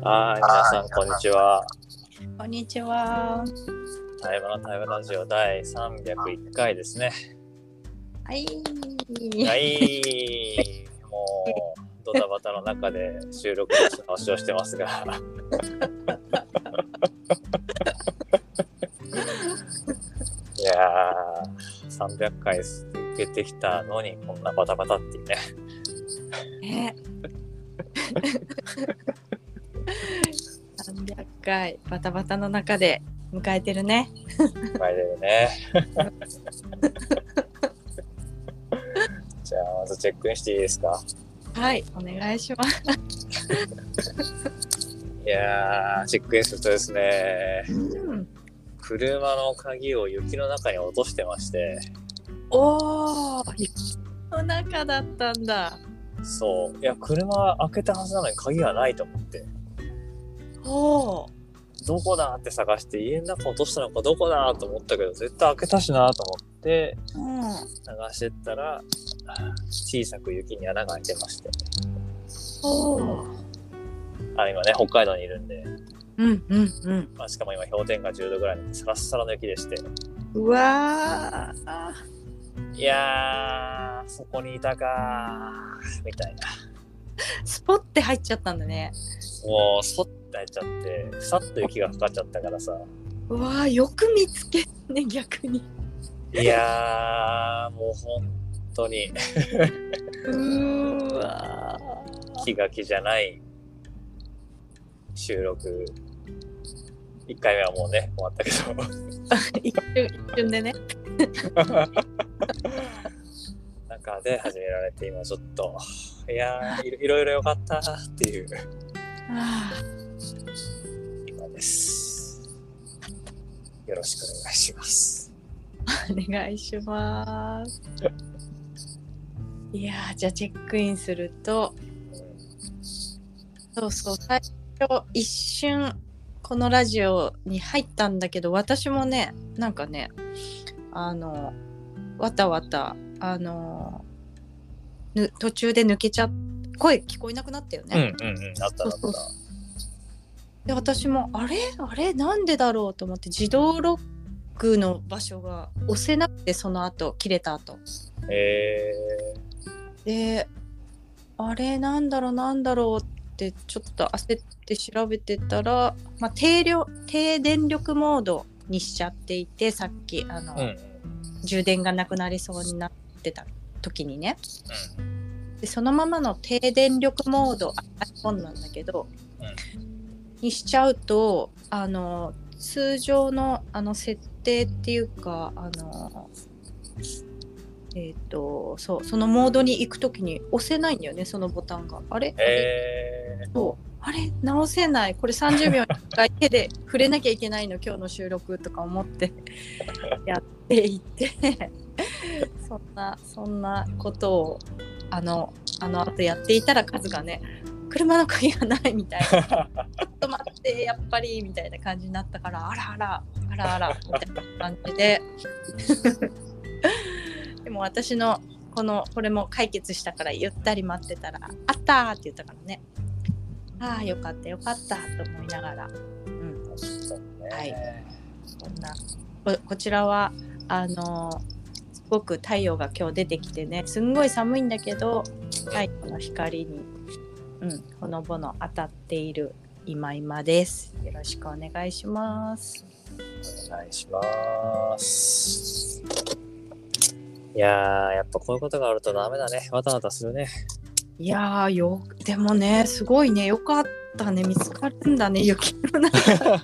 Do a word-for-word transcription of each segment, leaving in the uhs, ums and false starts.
はい、皆さんこんにちは。 こんにちは。 対話の対話ラジオだいさんびゃくいっかいですね。 はい。 はい。もうドタバタの中で収録のし直しをしてますが。いやー、さんびゃっかい続けてきたのにこんなバタバタっていうね。 えさんびゃっかいバタバタの中で迎えてるね。 迎えてるね。じゃあまずチェックインしていいですか？ はい、お願いします。 いやー、チェックインするとですね、 うん、 車の鍵を雪の中に落としてまして。 おー、雪の中だったんだ。 そう。いや、車開けたはずなのに鍵がないと思って。 おー。 どこだって探して家の中落としたのかどこだと思ったけど絶対開けたしなと思ってうん、 探してったら小さく雪に穴が開いてまして。 おー。 あ、今ね北海道にいるんで、 うんうんうん。 まあ、しかも今氷点下じゅうどぐらいのサラッサラの雪でして、 うわー。 いやーそこにいたかーみたいな。 スポッて入っちゃったんだね。 もうそって入っちゃってさっと雪がかかっちゃったからさ。 うわー、よく見つけね、逆に。 いやーもう本当にうーわー。 気が気じゃない収録。いっかいめはもうね終わったけど一瞬一瞬でね。 中で始められて今ちょっといやー い, いろいろ良かったっていう今です。よろしくお願いします。 お願いします。いやー、じゃあチェックインすると、そうそう、最初一瞬このラジオに入ったんだけど、私もね、なんかね、あのわたわたあのぬ途中で抜けちゃっ声聞こえなくなったよね。 うんうんうん、あったあった。 で、私もあれあれなんでだろうと思って自動ロックの場所が押せなくて、その後切れた後。 えー、で、あれなんだろうなんだろうってちょっと焦って調べてたら、まあ、低量低電力モードにしちゃっていて、さっきあの、うん、充電がなくなりそうになってた時にね、うん、でそのままの低電力モード iPhone なんだけど、うん、にしちゃうとあの通常のあの設定っていうかあのえー、とそうそのモードに行くときに押せないんだよね、そのボタンが。あれ、 えー、 そうあれ直せない、これさんじゅうびょうにいっかい手で触れなきゃいけないの今日の収録とか思ってやっていてそんなそんなことをあのあの後やっていたら、カズがね、車の鍵がないみたいなちょっと待ってやっぱりみたいな感じになったから、あらあらあらあらみたいな感じででも私のこのこれも解決したからゆったり待ってたら、あったーって言ったからね、ああよかったよかったと思いながら、うん、はい、そんな こ, こちらはあのすごく太陽が今日出てきてね、すんごい寒いんだけど太陽の光に、うん、ほのぼの当たっている今今です。よろしくお願いします。 お願いします。いやーやっぱこういうことがあるとダメだね、わたわたするね。 いやーよ、でもねすごいね、よかったね、見つかるんだね雪の中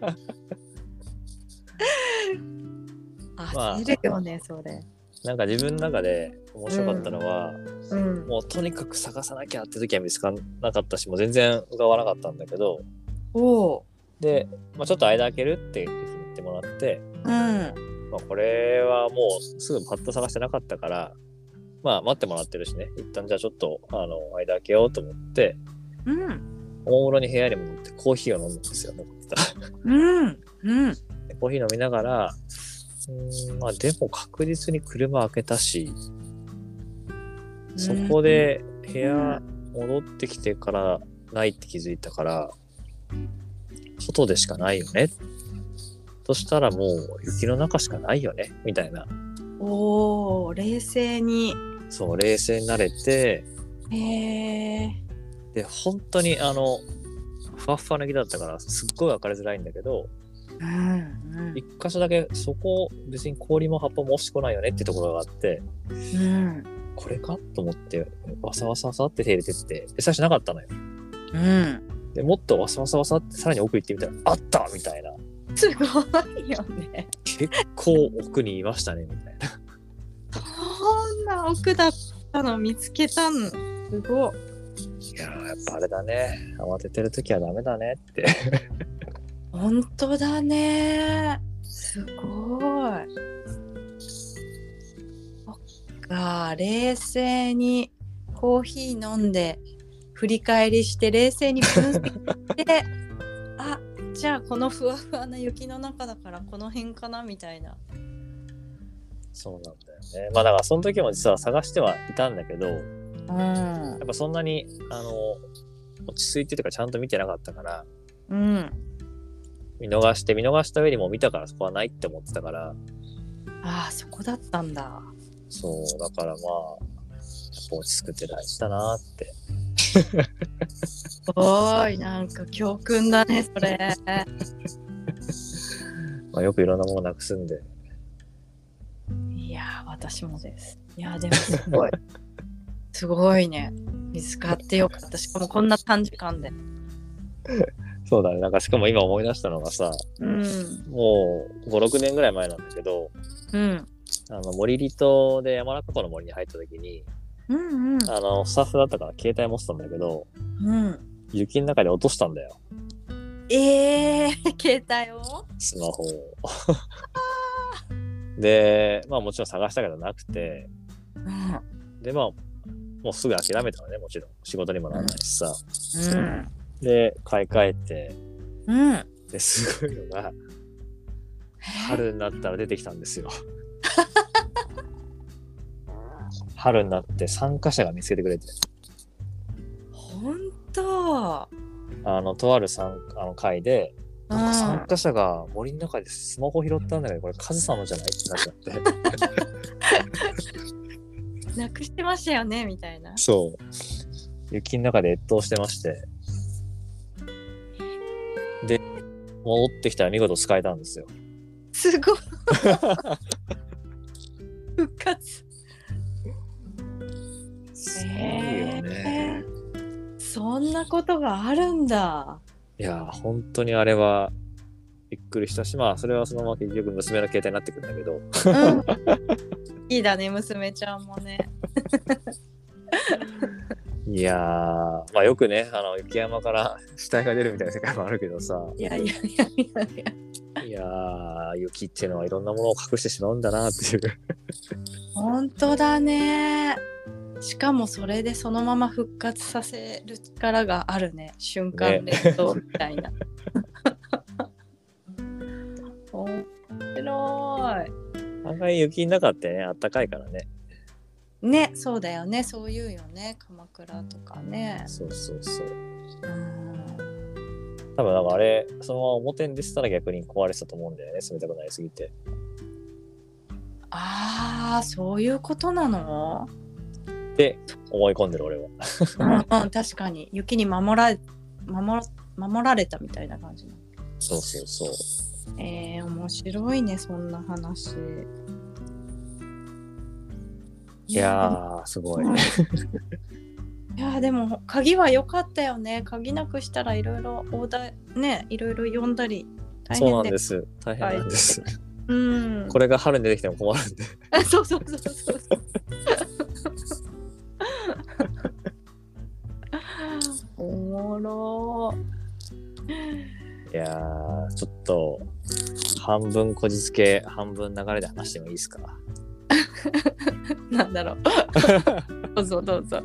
焦るよね、まあ、それ。 なんか自分の中で面白かったのは、 うんうん、 もうとにかく探さなきゃって時は見つからなかったし、もう全然浮かばなかったんだけど、 おで、まあ、ちょっと間開けるって言ってもらって、 うん、 まあ、これはもうすぐパッと探してなかったから、まあ待ってもらってるしね、一旦じゃあちょっとあの間開けようと思って、 うん、 おもむろに部屋に戻ってコーヒーを飲むんですよ、残ってたうんうん、 コーヒー飲みながら、うーんまあでも確実に車開けたし、そこで部屋戻ってきてからないって気づいたから、 外でしかないよね。そしたらもう雪の中しかないよねみたいな。 おー、冷静に。 そう冷静になれて、 へえ。 で本当にあのふわふわな雪だったからすっごい分かりづらいんだけど、 うん一箇所だけそこ別に氷も葉っぱも落ちてこないよねっていうところがあって、 うん。 これかと思ってわさわさわさって手入れてって、で最初なかったのよ。 うん。 でもっとわさわさわさってさらに奥行ってみたらあったみたいな。 すごいよね。 結構奥にいましたねみたいな。 そんな奥だったの見つけたの。すごい。 いやーやっぱあれだね。慌ててるときはダメだねって。 本当だね。すごい。そっか、冷静にコーヒー飲んで振り返りして冷静に分析してあ、じゃあこのふわふわな雪の中だからこの辺かなみたいな。 そうなんだよね。まあだからその時も実は探してはいたんだけど、 うん、 やっぱそんなにあの落ち着いてとかちゃんと見てなかったから、 うん、 見逃して見逃した上にもう見たからそこはないって思ってたから。 ああ、そこだったんだ。 そうだからまあやっぱ落ち着くって大事だなって。 すごい、なんか教訓だねそれ。 まあよくいろんなものなくすんで。 いやー私もです。いやーでもすごいすごいね、見つかってよかった。しかもこんな短時間で。 そうだね。なんかしかも今思い出したのがさ、 うん、 もうごろくねんぐらい前なんだけど、 うん、 あの森離島で山中湖の森に入った時に、 うんうん、 あのスタッフだったから携帯持ってたんだけど、 うん、 雪の中で落としたんだよ。 えー、携帯をスマホを。で、まあもちろん探したけどなくて、 うん、 でまあもうすぐ諦めたのね、もちろん仕事にもならないしさ。 うん、 で買い替えて、 うん、 ですごいのが春になったら出てきたんですよ。春になって参加者が見つけてくれて、 ほんと、 あのとある参あの会で、なんか参う加者が森の中でスマホ拾ったんだけど、これカズさんのじゃないってなっちゃって。 ん、なくしてましたよねみたいな。 そう。雪の中で越冬してまして。で、戻ってきたら見事使えたんですよ。 すごい。復活。 すごいよね。 えー、そんなことがあるんだ。 いやー、本当にあれはびっくりしたし、まあそれはそのまま結局娘の携帯になってくるんだけど。 うん、いいだね、娘ちゃんもね。 いやー、まあよくね、あの雪山から死体が出るみたいな世界もあるけどさ。 いやいやいやいやいや。 いやー、雪っていうのはいろんなものを隠してしまうんだなっていう。 本当だね。しかもそれでそのまま復活させる力があるね。瞬間冷凍みたいな。ね、面白い。 案外雪の中ってね、あったかいからね。 ね、そうだよね。そういうよね。鎌倉とかね。 そうそうそう。 うん、 多分なんかあれ、そのまま表に出てたら逆に壊れてたと思うんだよね。冷たくなりすぎて。 ああ、そういうことなの？ って思い込んでる俺は。 うんうん、確かに雪に守られ、守ら、守られたみたいな感じの。 そうそうそう。 えー、面白いね、そんな話。 いやー、すごい。 いやーでも鍵は良かったよね。鍵なくしたらいろいろオーダーね、いろいろ呼んだり大変で。 そうなんです。大変なんです。 うん。 これが春に出てきても困るんで。 そうそうそうそうそう。おもろいやー、ちょっと半分こじつけ半分流れで話してもいいですか？ なんだろう。どうぞどうぞ。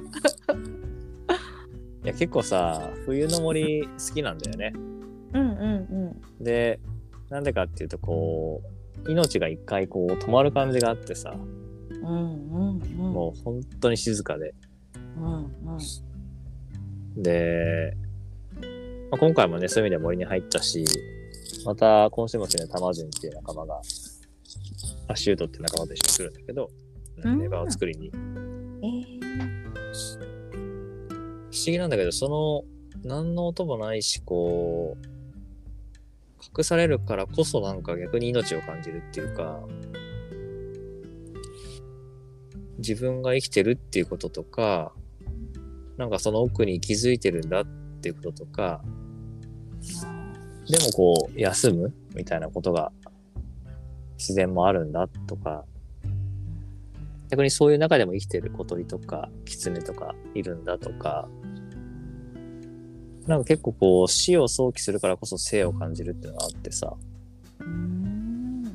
いや結構さ、冬の森好きなんだよね。 うんうんうん。で、なんでかっていうとこう命が一回こう止まる感じがあってさ、 うんうんうん、 もう本当に静かで、 うんうん、 で、 まあ、今回もね、そういう意味では森に入ったし、また今週末にはタマジンっていう仲間が、アシュートっていう仲間と一緒に来るんだけど、ネバーを作りに。 えー、 不思議なんだけど、その、何の音もないし、こう、隠されるからこそなんか逆に命を感じるっていうか、自分が生きてるっていうこととか、なんかその奥に気づいてるんだっていうこととか、でもこう休むみたいなことが自然もあるんだとか、逆にそういう中でも生きてる小鳥とか狐とかいるんだとか、なんか結構こう死を想起するからこそ生を感じるっていうのがあってさ、 うーん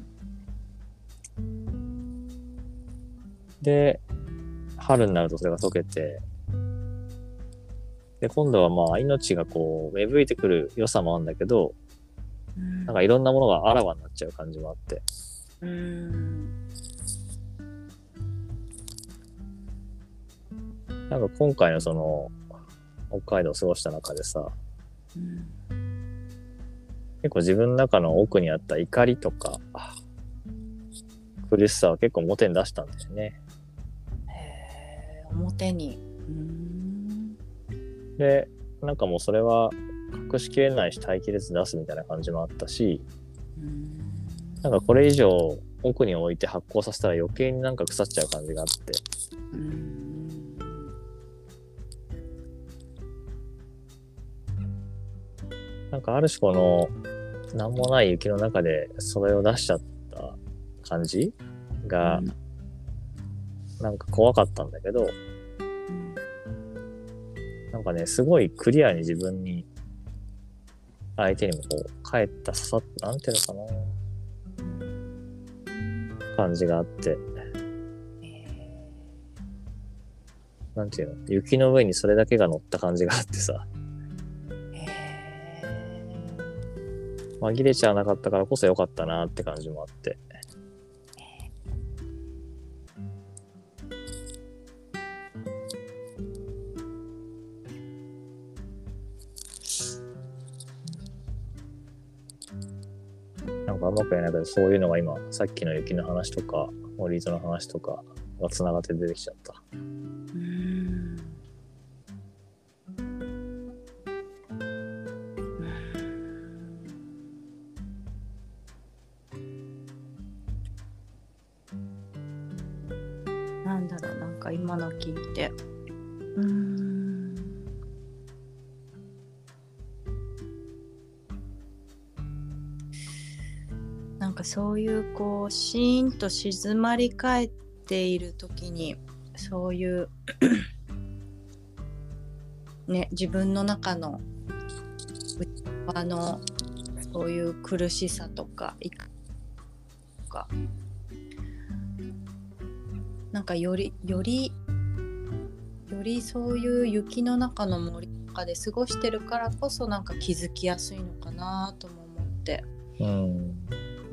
で春になるとそれが溶けて、で今度はまあ命がこう芽吹いてくる良さもあるんだけど、なんかいろんなものがあらわになっちゃう感じもあって、 うーんなんか今回のその北海道を過ごした中でさ、 うん、 結構自分の中の奥にあった怒りとか苦しさは結構表に出したんだよね。 へー、表に。うーんで、なんかもうそれは隠しきれないし耐えきれず出すみたいな感じもあったし、 うーんなんかこれ以上奥に置いて発酵させたら余計になんか腐っちゃう感じがあって、 うーんなんかある種この何もない雪の中でそれを出しちゃった感じがなんか怖かったんだけど、なんかねすごいクリアに自分に相手にもこう帰った刺さったなんていうのかな感じがあって、なんていうの、雪の上にそれだけが乗った感じがあってさ、紛れちゃわなかったからこそ良かったなって感じもあって。なんかあんまくやないけど、そういうのが今、さっきの雪の話とか、森糸の話とかが繋がって出てきちゃった。 うーんなんだろう、なんか今の聞いて、うーんなんかそういうこうシーンと静まり返っている時に、そういうね、自分の中の内側のそういう苦しさとか怒りとか、なんかよりよりよりそういう雪の中の森の中で過ごしてるからこそなんか気づきやすいのかなとも思って、 うん、 うん、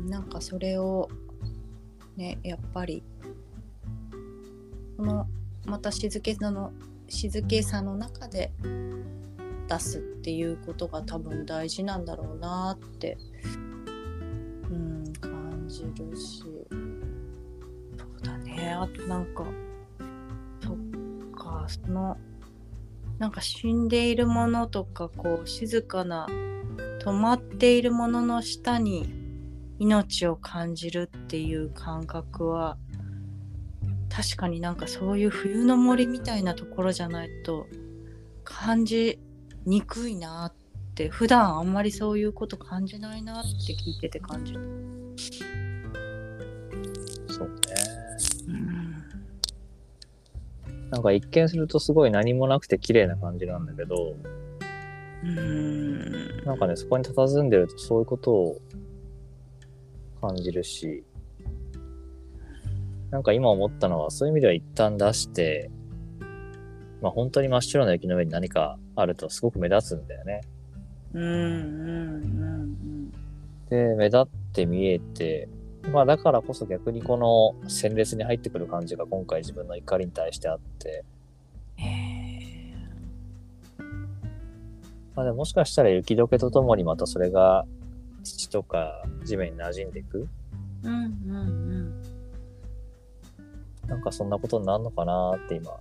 なんかそれをね、やっぱりこのまた静けさの静けさの中で出すっていうことが多分大事なんだろうなって、うん、感じるし、そうだね。あとなんかそっか、そのなんか死んでいるものとかこう静かな止まっているものの下に命を感じるっていう感覚は確かになんかそういう冬の森みたいなところじゃないと感じにくいなって、普段あんまりそういうこと感じないなって聞いてて感じる。 そうね、 うん、 なんか一見するとすごい何もなくて綺麗な感じなんだけど、 うーんなんかねそこに佇んでるとそういうことを感じるし、なんか今思ったのはそういう意味では一旦出して、まあ本当に真っ白な雪の上に何かあるとすごく目立つんだよね。 うんうんうんで目立って見えて、まあだからこそ逆にこの鮮烈に入ってくる感じが今回自分の怒りに対してあって、 へまあ、でももしかしたら雪解けとともにまたそれが土とか地面に馴染んでいく、 うんうんうんなんかそんなことになるのかなって今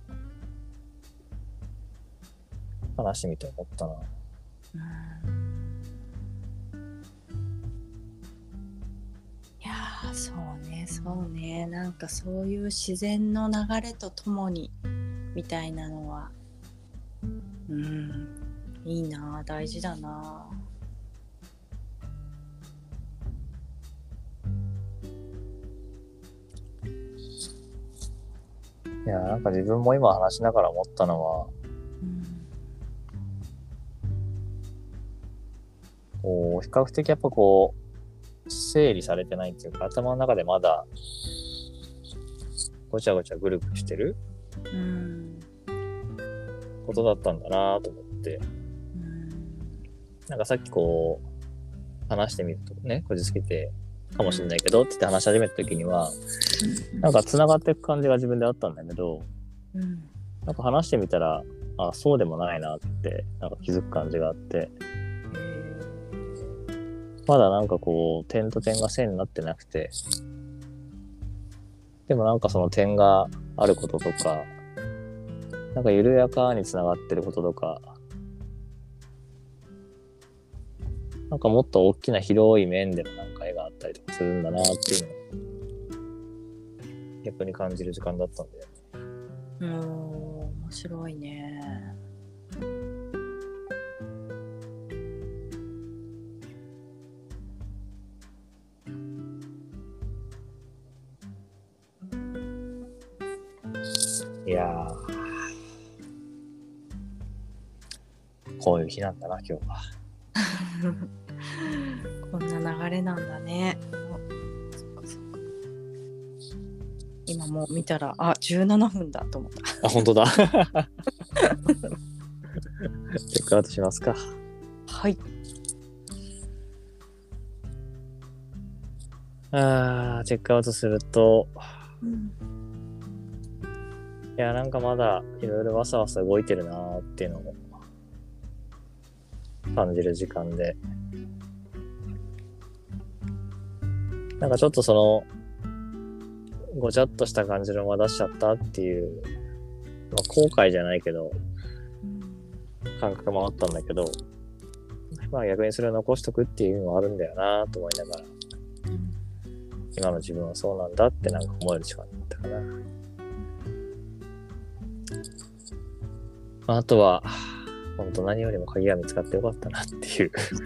話してみて思ったな。 うん、いやーそうねそうね、なんかそういう自然の流れとともにみたいなのは、うん、いいな、大事だな。 いやなんか自分も今話しながら思ったのは、 うん、 こう比較的やっぱこう整理されてないっていうか、頭の中でまだごちゃごちゃぐるぐるしてるうんことだったんだなと思って、 うん、 なんかさっきこう話してみるとね、こじつけてかもしれないけどって言って話し始めた時には、なんか繋がっていく感じが自分であったんだけど、 うん、 なんか話してみたら、あ、そうでもないなってなんか気づく感じがあって、まだなんかこう点と点が線になってなくて、でもなんかその点があることとか、なんか緩やかに繋がってることとか、なんかもっと大きな広い面でのなんか絵があったりとかするんだなっていうのを逆に感じる時間だったんだよね。 うん、面白いね。 いやー、こういう日なんだな今日は。 こんな流れなんだね。そっかそっか。今もう見たらあじゅうななふんだと思った。 あ、本当だ。チェックアウトしますか。 はい。 あー、チェックアウトすると、 うん、 いやなんかまだいろいろわさわさ動いてるなーっていうのを感じる時間で、なんかちょっとそのごちゃっとした感じのまま出しちゃったっていう、まあ、後悔じゃないけど感覚もあったんだけど、まあ逆にそれを残しとくっていう意味もあるんだよなと思いながら、今の自分はそうなんだってなんか思える時間だったかな。まあ、あとは本当何よりも鍵が見つかってよかったなっていう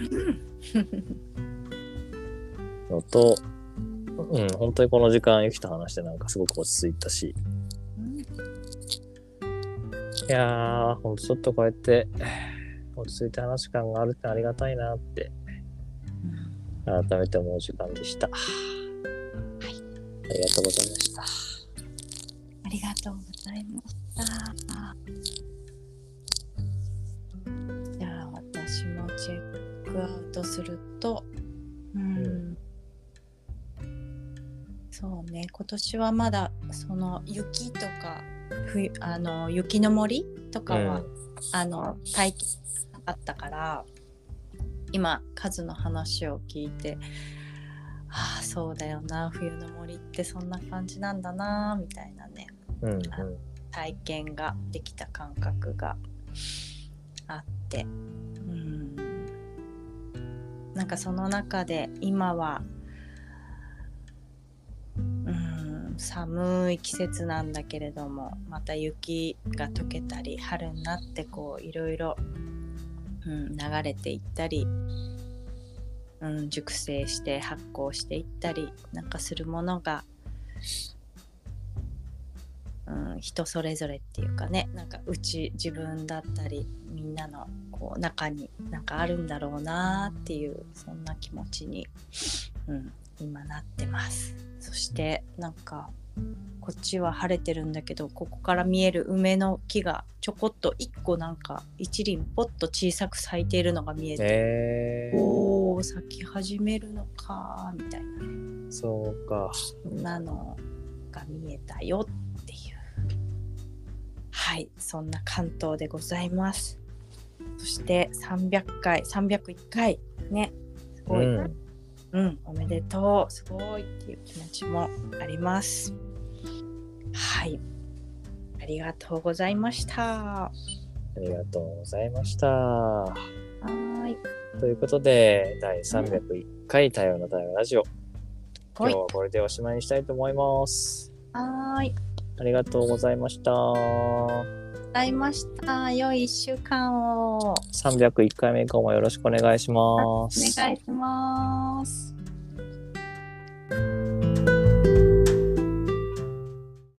のと、うん、本当にこの時間ゆきと話してなんかすごく落ち着いたし、いやーほんとちょっとこうやって落ち着いた話感があるってありがたいなって改めて思う時間でした。はい、ありがとうございました。 ありがとうございました。じゃあ私もチェックアウトすると、うん、うん、そうね、今年はまだその雪とか冬あの雪の森とかは、うん、あの体験あったから、今カズの話を聞いて、ああそうだよな、冬の森ってそんな感じなんだなみたいなね、うんうん、体験ができた感覚があって、うん、なんかその中で今は、うん、寒い季節なんだけれども、また雪が溶けたり春になってこういろいろうん、流れていったり、うん、熟成して発酵していったりなんかするものが、うん、人それぞれっていうかね、なんかうち自分だったりみんなのこう中になんかあるんだろうなっていう、そんな気持ちに、うん、今なってます。そしてなんかこっちは晴れてるんだけど、ここから見える梅の木がちょこっと一個なんか一輪ポッと小さく咲いているのが見えて、えー、おー咲き始めるのかみたいなね、 そうか、 そんなのが見えたよっていう、はい、そんな関東でございます。 そしてさんびゃっかい、さんびゃくいっかいね、すごい、 うんうん、おめでとう、すごいっていう気持ちもあります。はい、ありがとうございました。 ありがとうございました。 はーい。 ということで、だいさんびゃくいっかい多様な多様ラジオ。今日はこれでおしまいにしたいと思います。 はーい。 ありがとうございました。 ございました。良いいっしゅうかんを。 さんびゃくいっかいめ以降もよろしくお願いします。 お願いします。